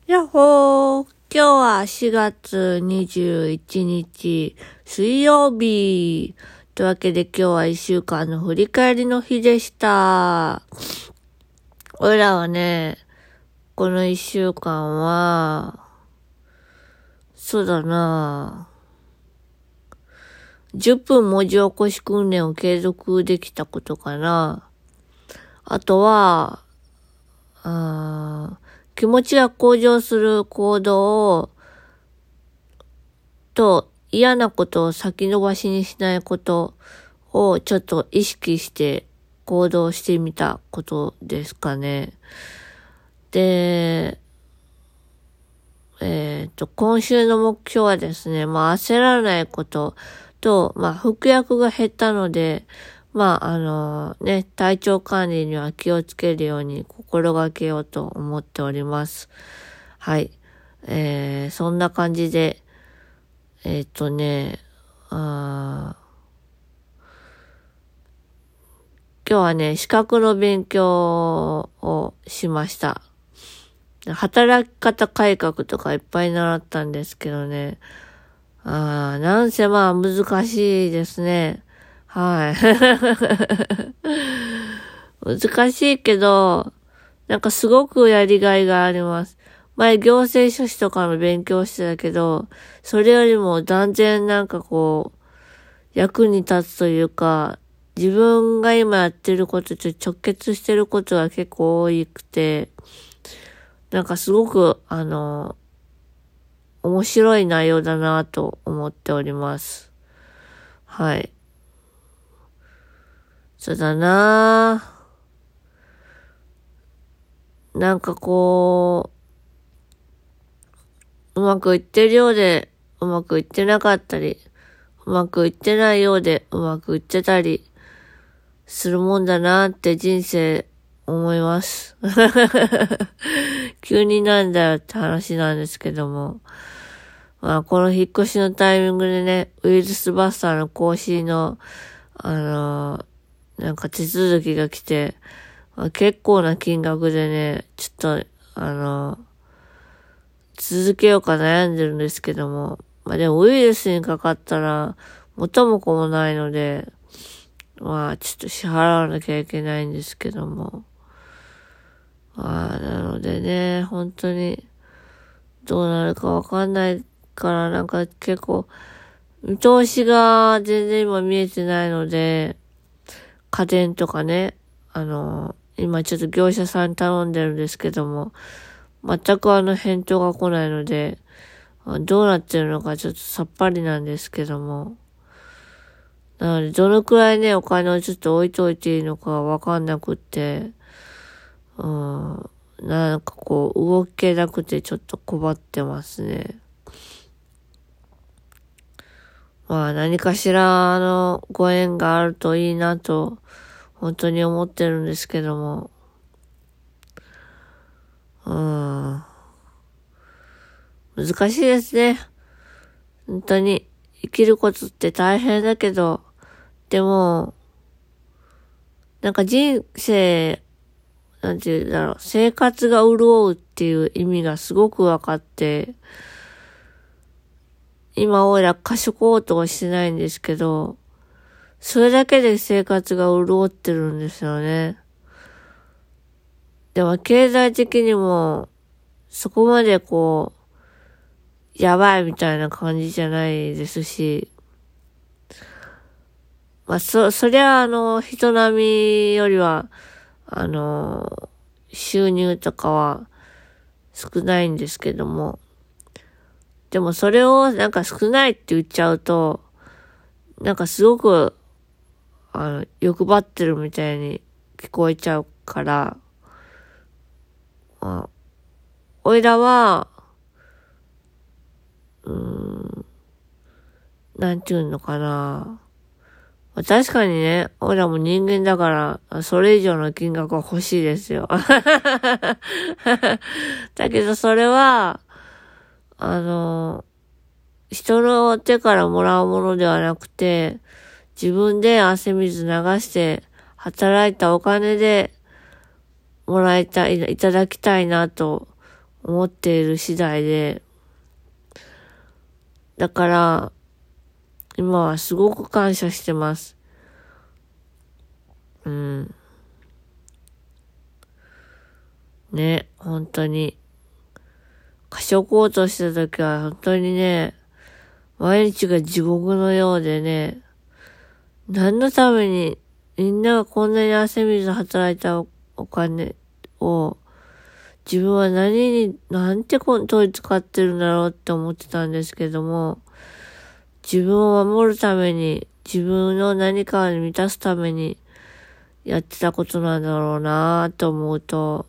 やっほー。今日は4月21日水曜日。というわけで今日は1週間の振り返りの日でした。おいらはね、この1週間は、そうだな10分文字起こし訓練を継続できたことかな。あとは、気持ちが向上する行動と嫌なことを先延ばしにしないことをちょっと意識して行動してみたことですかね。で、今週の目標はですね、焦らないことと、服薬が減ったので、体調管理には気をつけるように心がけようと思っております。はい。そんな感じで、今日はね、資格の勉強をしました。働き方改革とかいっぱい習ったんですけどね。なんせ難しいですね。はい。難しいけど、なんかすごくやりがいがあります。前行政書士とかの勉強してたけど、それよりも断然役に立つというか、自分が今やってることと直結してることが結構多くて、すごく、面白い内容だなと思っております。はい。そうだなうまくいってるようで、うまくいってなかったり、うまくいってないようで、うまくいってたり、するもんだなって人生思います。急になんだよって話なんですけども。この引っ越しのタイミングでね、ウイルスバスターの更新の、手続きが来て、結構な金額でね、ちょっと、続けようか悩んでるんですけども。でもウイルスにかかったら、元も子もないので、ちょっと支払わなきゃいけないんですけども。なのでね、本当に、どうなるかわかんないから、結構、見通しが全然今見えてないので、家電とかね、今ちょっと業者さんに頼んでるんですけども、全く返答が来ないので、どうなってるのかちょっとさっぱりなんですけども。なので、どのくらいね、お金をちょっと置いといていいのかわかんなくって、動けなくてちょっと困ってますね。何かしらのご縁があるといいなと、本当に思ってるんですけども。難しいですね。本当に、生きることって大変だけど、でも、人生、生活が潤うっていう意味がすごく分かって、今おいら過食応答してないんですけど、それだけで生活が潤ってるんですよね。でも経済的にも、そこまでやばいみたいな感じじゃないですし、そりゃ人並みよりは、収入とかは少ないんですけども、でもそれを少ないって言っちゃうと、すごく、欲張ってるみたいに聞こえちゃうから、おいらは、なんていうのかな。確かにね、おいらも人間だから、それ以上の金額は欲しいですよ。だけどそれは、人の手からもらうものではなくて、自分で汗水流して、働いたお金でいただきたいなと思っている次第で、だから、今はすごく感謝してます。ね、本当に。過こうとした時は本当にね、毎日が地獄のようでね、何のために、みんながこんなに汗水働いたお金を、自分はなんてこのに使ってるんだろうって思ってたんですけども、自分を守るために、自分の何かを満たすためにやってたことなんだろうなと思うと、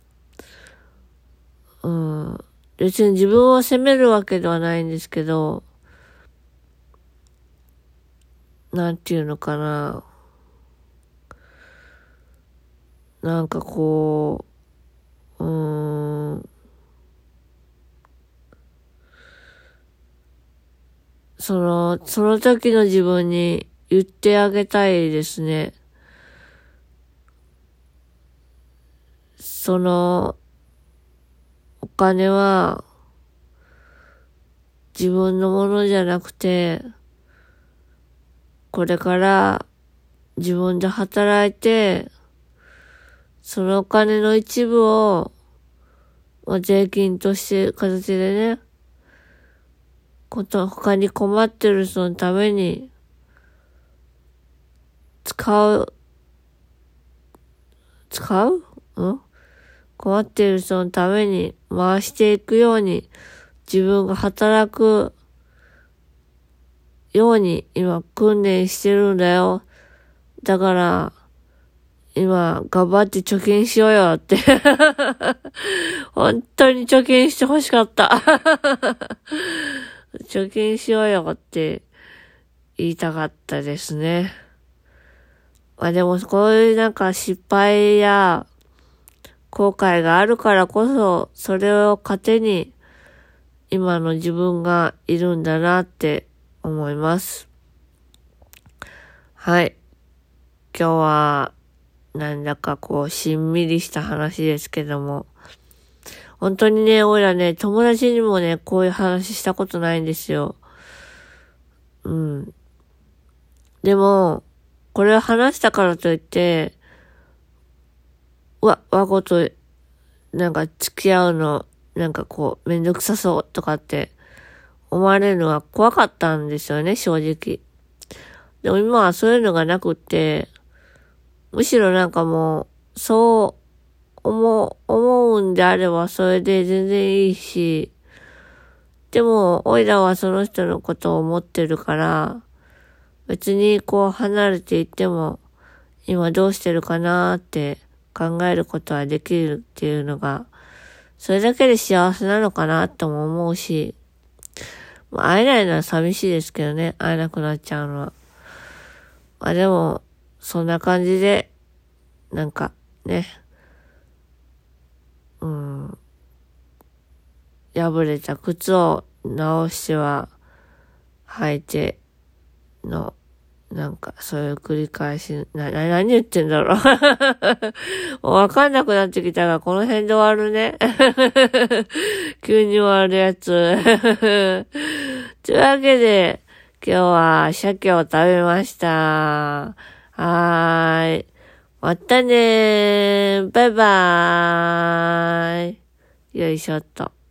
別に自分を責めるわけではないんですけど、なんていうのかな。なんかこう、その時の自分に言ってあげたいですね。そのお金は自分のものじゃなくて、これから自分で働いて、そのお金の一部を、税金として形でね、他に困ってる人のために使う困っている人のために回していくように、自分が働くように今訓練してるんだよ。だから、今頑張って貯金しようよって。本当に貯金してほしかった。貯金しようよって言いたかったですね。でもこういうなんか失敗や後悔があるからこそ、それを糧に今の自分がいるんだなって思います。はい。今日はなんだかしんみりした話ですけども、本当にね、おいらね、友達にもね、こういう話したことないんですよ。でも、これを話したからといって、和子と、なんか付き合うの、めんどくさそうとかって思われるのは怖かったんですよね、正直。でも今はそういうのがなくって、むしろもう、そう思うんであればそれで全然いいし、でも、おいらはその人のことを思ってるから、別に離れていっても、今どうしてるかなーって考えることはできるっていうのが、それだけで幸せなのかなとも思うし、会えないのは寂しいですけどね、会えなくなっちゃうのは。でも、そんな感じで、ね、破れた靴を直しては履いての、そういう繰り返し、何言ってんだろう。もうわかんなくなってきたが、この辺で終わるね。急に終わるやつ。というわけで、今日は鮭を食べました。はーい。またねー。バイバーイ。よいしょっと。